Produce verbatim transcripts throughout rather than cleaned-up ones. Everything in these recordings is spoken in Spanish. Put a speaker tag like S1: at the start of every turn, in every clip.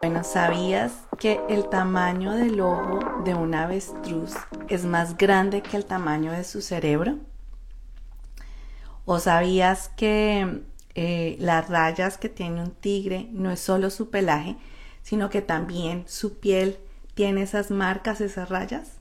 S1: Bueno, ¿sabías que el tamaño del ojo de un avestruz es más grande que el tamaño de su cerebro? ¿O sabías que eh, las rayas que tiene un tigre no es solo su pelaje, sino que también su piel tiene esas marcas, esas rayas?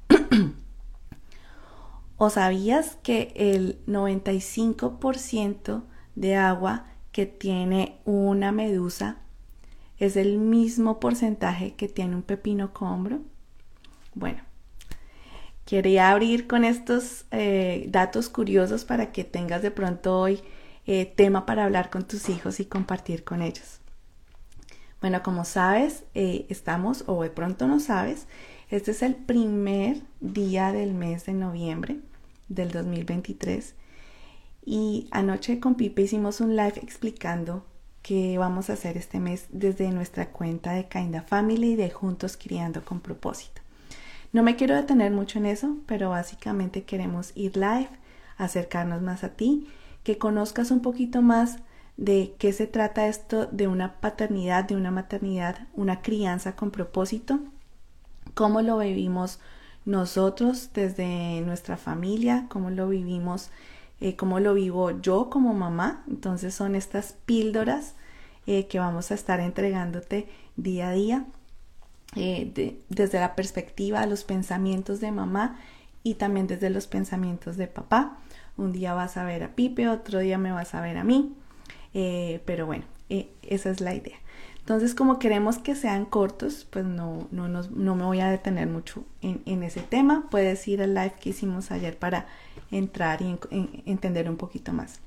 S1: ¿O sabías que el noventa y cinco por ciento de agua que tiene una medusa es el mismo porcentaje que tiene un pepino combro? Bueno, quería abrir con estos eh, datos curiosos para que tengas de pronto hoy eh, tema para hablar con tus hijos y compartir con ellos. Bueno, como sabes, eh, estamos, o de pronto no sabes, este es el primer día del mes de noviembre del dos mil veintitrés y anoche con Pipe hicimos un live explicando qué vamos a hacer este mes desde nuestra cuenta de Kinda Family y de Juntos Criando con Propósito. No me quiero detener mucho en eso, pero básicamente queremos ir live, acercarnos más a ti, que conozcas un poquito más de qué se trata esto de una paternidad, de una maternidad, una crianza con propósito, cómo lo vivimos nosotros desde nuestra familia, cómo lo vivimos, eh, cómo lo vivo yo como mamá. Entonces son estas píldoras eh, que vamos a estar entregándote día a día. Eh, de, desde la perspectiva, los pensamientos de mamá y también desde los pensamientos de papá. Un día vas a ver a Pipe, otro día me vas a ver a mí, eh, pero bueno, eh, esa es la idea. Entonces, como queremos que sean cortos, pues no, no, nos, no me voy a detener mucho en, en ese tema. Puedes ir al live que hicimos ayer para entrar y en, en, entender un poquito más.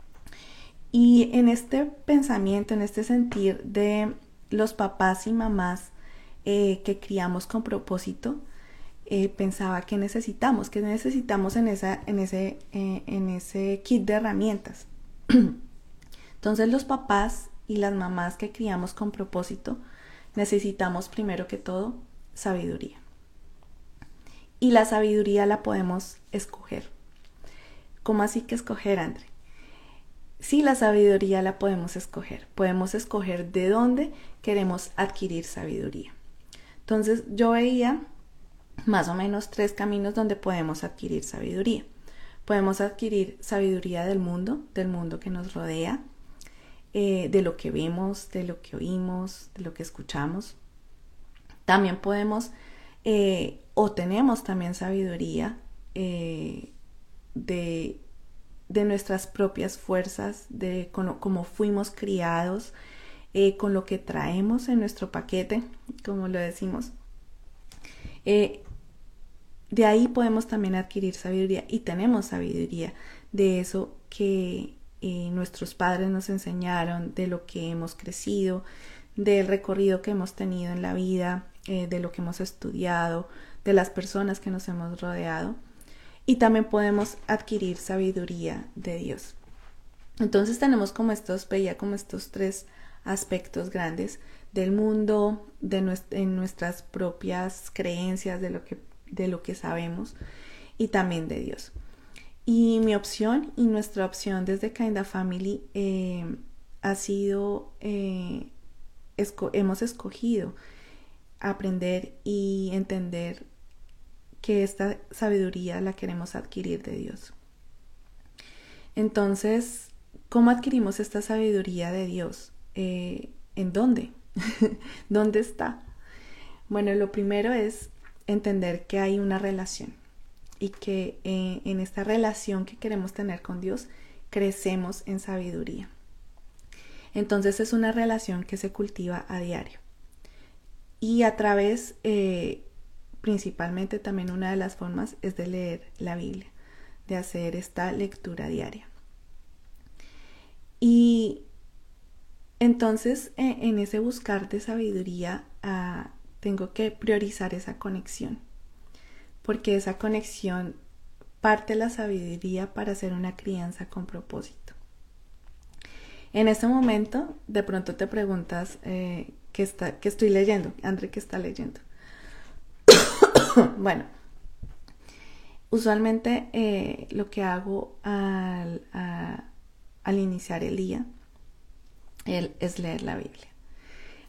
S1: Y en este pensamiento, en este sentir de los papás y mamás Eh, que criamos con propósito, eh, pensaba que necesitamos, que necesitamos en, esa, en, ese, eh, en ese kit de herramientas. Entonces los papás y las mamás que criamos con propósito necesitamos primero que todo sabiduría. Y la sabiduría la podemos escoger. ¿Cómo así que escoger, André? Sí, la sabiduría la podemos escoger. Podemos escoger de dónde queremos adquirir sabiduría. Entonces yo veía más o menos tres caminos donde podemos adquirir sabiduría. Podemos adquirir sabiduría del mundo, del mundo que nos rodea, eh, de lo que vemos, de lo que oímos, de lo que escuchamos. También podemos eh, o tenemos también sabiduría eh, de, de nuestras propias fuerzas, de cómo, cómo fuimos criados, Eh, con lo que traemos en nuestro paquete, como lo decimos. Eh, de ahí podemos también adquirir sabiduría y tenemos sabiduría de eso que eh, nuestros padres nos enseñaron, de lo que hemos crecido, del recorrido que hemos tenido en la vida, eh, de lo que hemos estudiado, de las personas que nos hemos rodeado. Y también podemos adquirir sabiduría de Dios. Entonces tenemos como estos, veía como estos tres aspectos grandes del mundo, de nuestra, en nuestras propias creencias, de lo que, de lo que sabemos y también de Dios. Y mi opción y nuestra opción desde Kinda Family eh, ha sido, eh, esco- hemos escogido aprender y entender que esta sabiduría la queremos adquirir de Dios. Entonces, ¿cómo adquirimos esta sabiduría de Dios? Eh, ¿En dónde? ¿Dónde está? Bueno, lo primero es entender que hay una relación y que eh, en esta relación que queremos tener con Dios crecemos en sabiduría. Entonces es una relación que se cultiva a diario y a través, eh, principalmente también una de las formas es de leer la Biblia, de hacer esta lectura diaria. Y entonces, en ese buscar de sabiduría, uh, tengo que priorizar esa conexión, porque esa conexión parte la sabiduría para hacer una crianza con propósito. En este momento, de pronto te preguntas, eh, ¿qué, está, ¿qué estoy leyendo? André, ¿qué está leyendo? Bueno, usualmente eh, lo que hago al, a, al iniciar el día es leer la Biblia.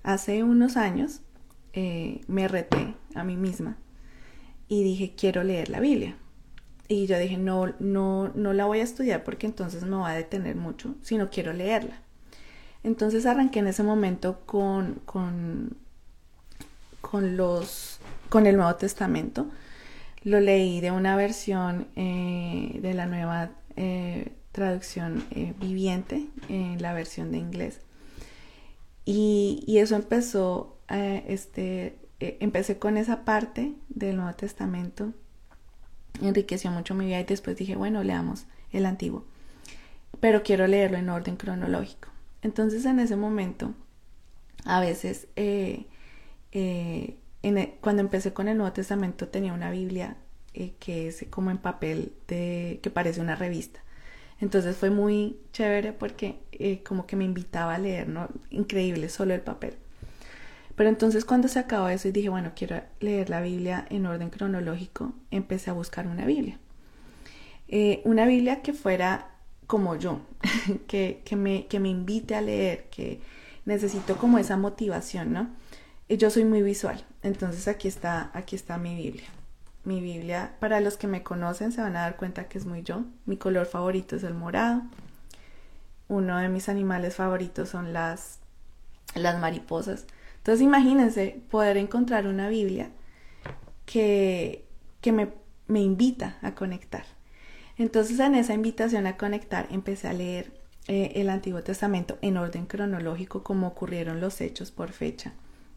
S1: hace unos años eh, me reté a mí misma y dije, quiero leer la Biblia. Y yo dije, no, no, no la voy a estudiar porque entonces me va a detener mucho, sino quiero leerla. Entonces arranqué en ese momento con, con, con, los, con el Nuevo Testamento. Lo leí de una versión eh, de la nueva eh, traducción eh, viviente, en eh, la versión de inglés. Y, y eso empezó, eh, este, eh, empecé con esa parte del Nuevo Testamento, enriqueció mucho mi vida y después dije, bueno, leamos el Antiguo, pero quiero leerlo en orden cronológico. Entonces en ese momento, a veces, eh, eh, en el, cuando empecé con el Nuevo Testamento tenía una Biblia eh, que es como en papel, de, que parece una revista. Entonces fue muy chévere porque eh, como que me invitaba a leer, ¿no? Increíble, solo el papel. Pero entonces cuando se acabó eso y dije, bueno, quiero leer la Biblia en orden cronológico, empecé a buscar una Biblia. Eh, una Biblia que fuera como yo, que, que, me, que me invite a leer, que necesito como esa motivación, ¿no? Y yo soy muy visual, entonces aquí está, aquí está mi Biblia. Mi Biblia, para los que me conocen se van a dar cuenta que es muy yo. Mi color favorito es el morado. Uno de mis animales favoritos son las, las mariposas. Entonces imagínense poder encontrar una Biblia que, que me, me invita a conectar. Entonces en esa invitación a conectar empecé a leer eh, el Antiguo Testamento en orden cronológico, como ocurrieron los hechos por fecha.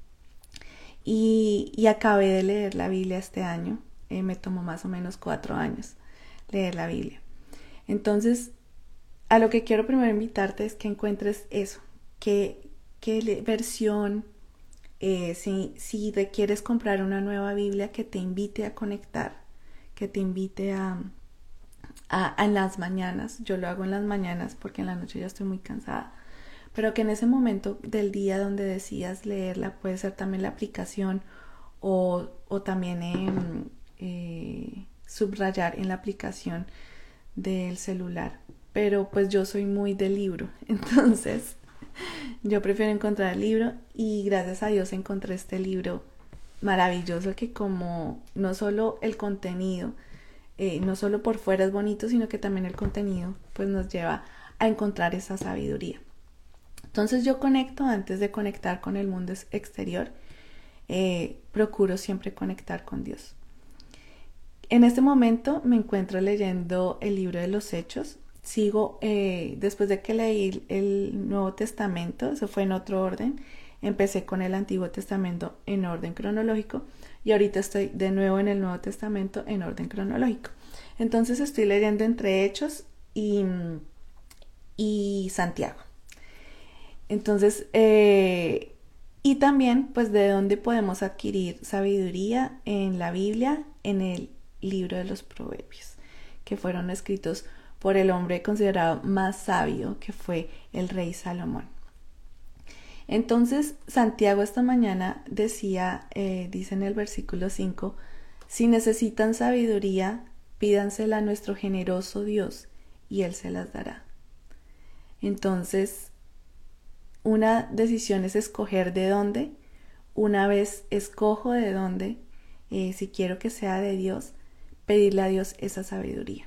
S1: Y, y acabé de leer la Biblia este año. Eh, me tomó más o menos cuatro años leer la Biblia. Entonces, a lo que quiero primero invitarte es que encuentres eso. ¿Qué, qué versión? Eh, si, si requieres comprar una nueva Biblia que te invite a conectar, que te invite a, a, a en las mañanas. Yo lo hago en las mañanas porque en la noche ya estoy muy cansada. Pero que en ese momento del día donde decidas leerla, puede ser también la aplicación o, o también en, eh, subrayar en la aplicación del celular. Pero pues yo soy muy de libro, entonces yo prefiero encontrar el libro y gracias a Dios encontré este libro maravilloso que como no solo el contenido, eh, no solo por fuera es bonito, sino que también el contenido pues nos lleva a encontrar esa sabiduría. Entonces yo conecto antes de conectar con el mundo exterior, eh, procuro siempre conectar con Dios. En este momento me encuentro leyendo el libro de los Hechos. Sigo, eh, después de que leí el Nuevo Testamento, eso fue en otro orden, empecé con el Antiguo Testamento en orden cronológico y ahorita estoy de nuevo en el Nuevo Testamento en orden cronológico. Entonces estoy leyendo entre Hechos y, y Santiago. Entonces, eh, y también, pues, de dónde podemos adquirir sabiduría en la Biblia, en el libro de los Proverbios, que fueron escritos por el hombre considerado más sabio, que fue el rey Salomón. Entonces, Santiago esta mañana decía, eh, dice en el versículo cinco, si necesitan sabiduría, pídansela a nuestro generoso Dios y Él se las dará. Entonces, una decisión es escoger de dónde. Una vez escojo de dónde, eh, si quiero que sea de Dios, pedirle a Dios esa sabiduría.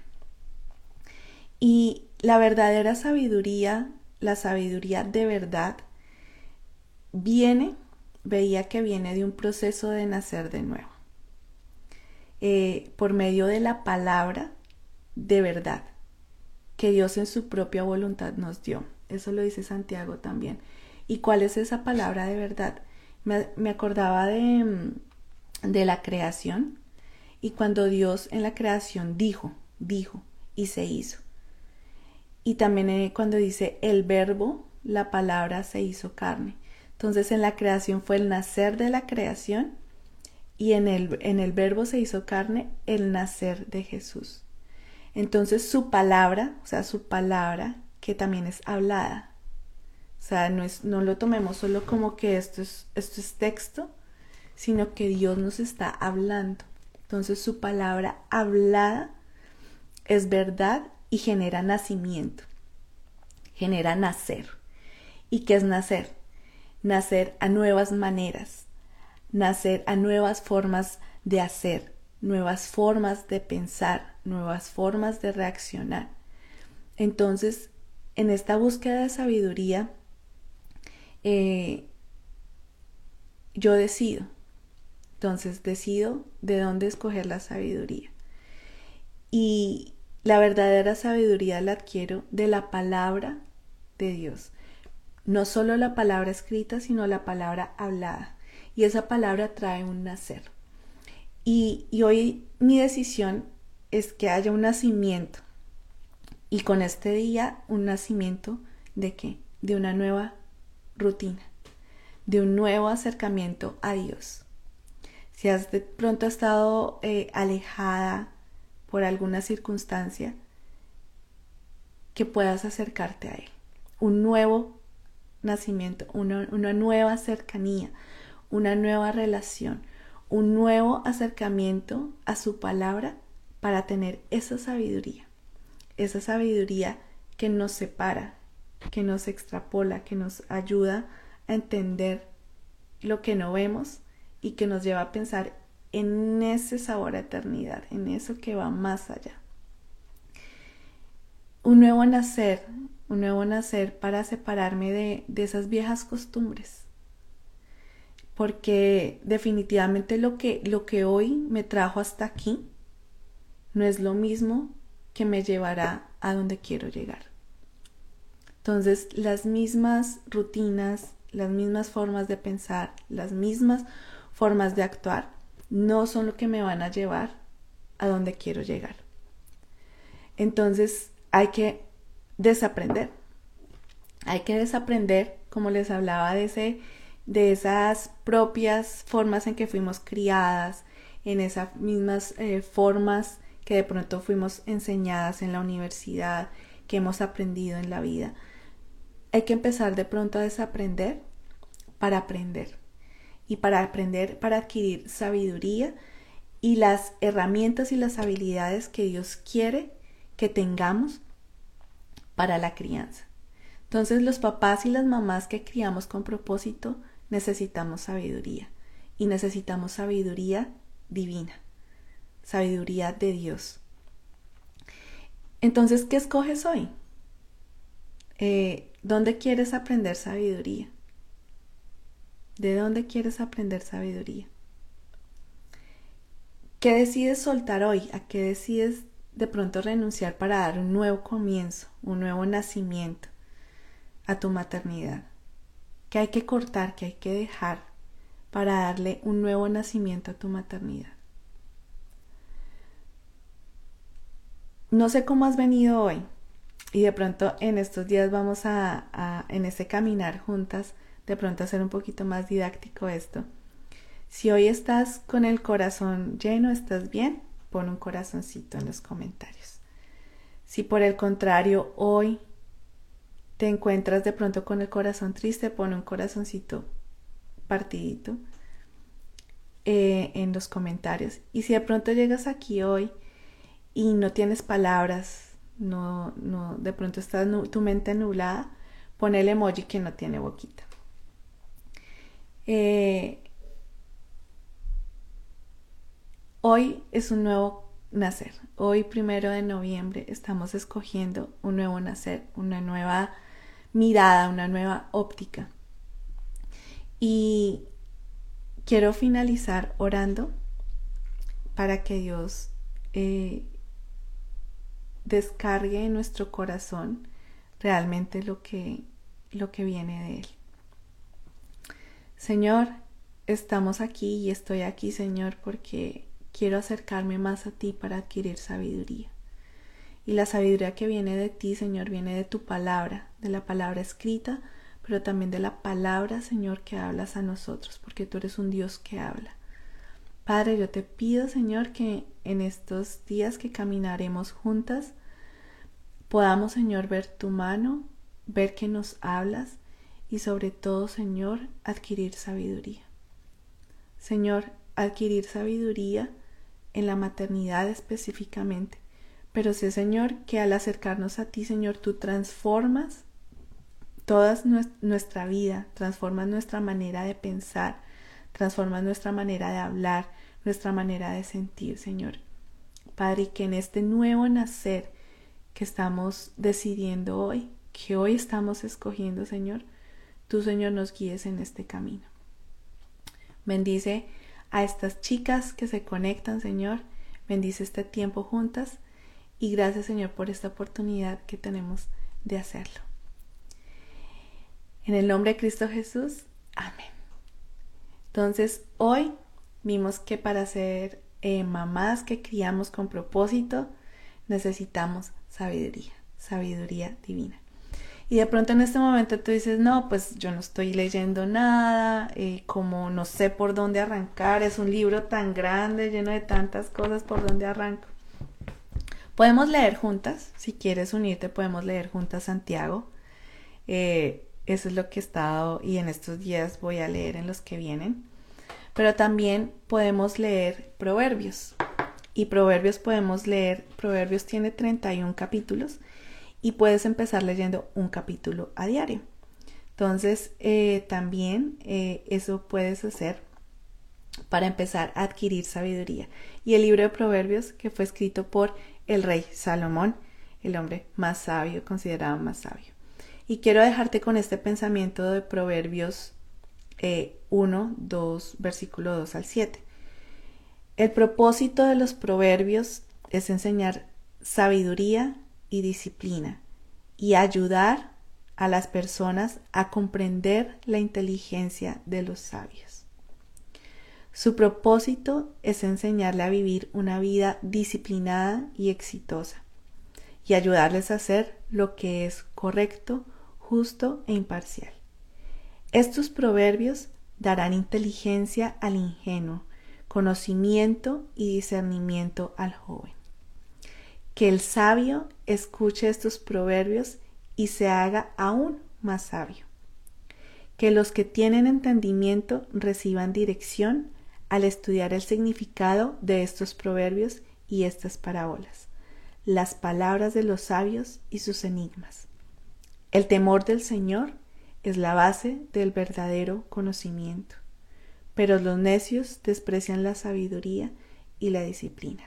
S1: Y la verdadera sabiduría, la sabiduría de verdad, viene, veía que viene de un proceso de nacer de nuevo. Eh, por medio de la palabra de verdad que Dios en su propia voluntad nos dio. Eso lo dice Santiago también. ¿Y cuál es esa palabra de verdad? Me, me acordaba de, de la creación y cuando Dios en la creación dijo, dijo y se hizo. Y también eh, cuando dice el verbo, la palabra se hizo carne. Entonces en la creación fue el nacer de la creación y en el, en el verbo se hizo carne el nacer de Jesús. Entonces su palabra, o sea, su palabra que también es hablada. O sea, no, es, no lo tomemos solo como que esto es, esto es texto, sino que Dios nos está hablando. Entonces su palabra hablada es verdad y genera nacimiento, genera nacer. ¿Y qué es nacer? nacer a nuevas maneras, nacer a nuevas formas de hacer, nuevas formas de pensar, nuevas formas de reaccionar. Entonces, en esta búsqueda de sabiduría, eh, yo decido. Entonces, decido de dónde escoger la sabiduría. Y la verdadera sabiduría la adquiero de la palabra de Dios. No solo la palabra escrita, sino la palabra hablada. Y esa palabra trae un nacer. Y, y hoy mi decisión es que haya un nacimiento. Y con este día, un nacimiento ¿de qué? De una nueva rutina, de un nuevo acercamiento a Dios. Si has de pronto estado eh, alejada por alguna circunstancia, que puedas acercarte a Él. Un nuevo nacimiento, una, una nueva cercanía, una nueva relación, un nuevo acercamiento a su palabra para tener esa sabiduría. Esa sabiduría que nos separa, que nos extrapola, que nos ayuda a entender lo que no vemos y que nos lleva a pensar en ese sabor a eternidad, en eso que va más allá. Un nuevo nacer, un nuevo nacer para separarme de, de esas viejas costumbres. Porque definitivamente lo que, lo que hoy me trajo hasta aquí no es lo mismo que me llevará a donde quiero llegar. Entonces, las mismas rutinas, las mismas formas de pensar, las mismas formas de actuar, no son lo que me van a llevar a donde quiero llegar. Entonces, hay que desaprender. Hay que desaprender, como les hablaba, de, ese, de esas propias formas en que fuimos criadas, en esas mismas eh, formas que de pronto fuimos enseñadas en la universidad, que hemos aprendido en la vida. Hay que empezar de pronto a desaprender para aprender. Y para aprender, para adquirir sabiduría y las herramientas y las habilidades que Dios quiere que tengamos para la crianza. Entonces, los papás y las mamás que criamos con propósito necesitamos sabiduría. Y necesitamos sabiduría divina. Sabiduría de Dios. Entonces, ¿qué escoges hoy? Eh, ¿Dónde quieres aprender sabiduría? ¿De dónde quieres aprender sabiduría? ¿Qué decides soltar hoy? ¿A qué decides de pronto renunciar para dar un nuevo comienzo, un nuevo nacimiento a tu maternidad? ¿Qué hay que cortar, qué hay que dejar para darle un nuevo nacimiento a tu maternidad? No sé cómo has venido hoy y de pronto en estos días vamos a, a en este caminar juntas, de pronto hacer un poquito más didáctico esto. Si hoy estás con el corazón lleno, ¿estás bien? Pon un corazoncito en los comentarios. Si por el contrario hoy te encuentras de pronto con el corazón triste, pon un corazoncito partidito eh, en los comentarios. Y si de pronto llegas aquí hoy y no tienes palabras, no, no, de pronto está tu mente nublada, pon el emoji que no tiene boquita. Eh, hoy es un nuevo nacer. Hoy, primero de noviembre, estamos escogiendo un nuevo nacer, una nueva mirada, una nueva óptica. Y quiero finalizar orando para que Dios eh, descargue en nuestro corazón realmente lo que, lo que viene de Él. Señor, estamos aquí y estoy aquí, Señor, porque quiero acercarme más a ti para adquirir sabiduría. Y la sabiduría que viene de ti, Señor, viene de tu palabra, de la palabra escrita, pero también de la palabra, Señor, que hablas a nosotros, porque tú eres un Dios que habla. Padre, yo te pido, Señor, que en estos días que caminaremos juntas, podamos, Señor, ver tu mano, ver que nos hablas y sobre todo, Señor, adquirir sabiduría. Señor, adquirir sabiduría en la maternidad específicamente. Pero sé, Señor, que al acercarnos a ti, Señor, tú transformas toda nuestra vida, transformas nuestra manera de pensar, transformas nuestra manera de hablar, nuestra manera de sentir, Señor. Padre, y que en este nuevo nacer que estamos decidiendo hoy, que hoy estamos escogiendo, Señor, tú, Señor, nos guíes en este camino. Bendice a estas chicas que se conectan, Señor. Bendice este tiempo juntas. Y gracias, Señor, por esta oportunidad que tenemos de hacerlo. En el nombre de Cristo Jesús. Amén. Entonces, hoy vimos que para ser eh, mamás que criamos con propósito, necesitamos sabiduría, sabiduría divina. Y de pronto en este momento tú dices, no, pues yo no estoy leyendo nada, eh, como no sé por dónde arrancar, es un libro tan grande, lleno de tantas cosas, ¿por dónde arranco? Podemos leer juntas, si quieres unirte podemos leer juntas Santiago, eh, eso es lo que he estado y en estos días voy a leer en los que vienen, pero también podemos leer Proverbios, y Proverbios podemos leer, Proverbios tiene treinta y un capítulos, y puedes empezar leyendo un capítulo a diario. Entonces, eh, también eh, eso puedes hacer para empezar a adquirir sabiduría. Y el libro de Proverbios, que fue escrito por el rey Salomón, el hombre más sabio, considerado más sabio. Y quiero dejarte con este pensamiento de Proverbios eh, uno, dos, versículo dos al siete. El propósito de los proverbios es enseñar sabiduría y disciplina y ayudar a las personas a comprender la inteligencia de los sabios. Su propósito es enseñarle a vivir una vida disciplinada y exitosa y ayudarles a hacer lo que es correcto, justo e imparcial. Estos proverbios darán inteligencia al ingenuo, conocimiento y discernimiento al joven. Que el sabio escuche estos proverbios y se haga aún más sabio. Que los que tienen entendimiento reciban dirección al estudiar el significado de estos proverbios y estas parábolas, las palabras de los sabios y sus enigmas. El temor del Señor es la base del verdadero conocimiento, pero los necios desprecian la sabiduría y la disciplina.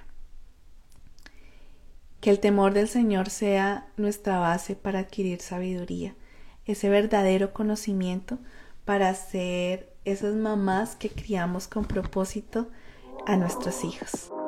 S1: Que el temor del Señor sea nuestra base para adquirir sabiduría, ese verdadero conocimiento para ser esas mamás que criamos con propósito a nuestros hijos.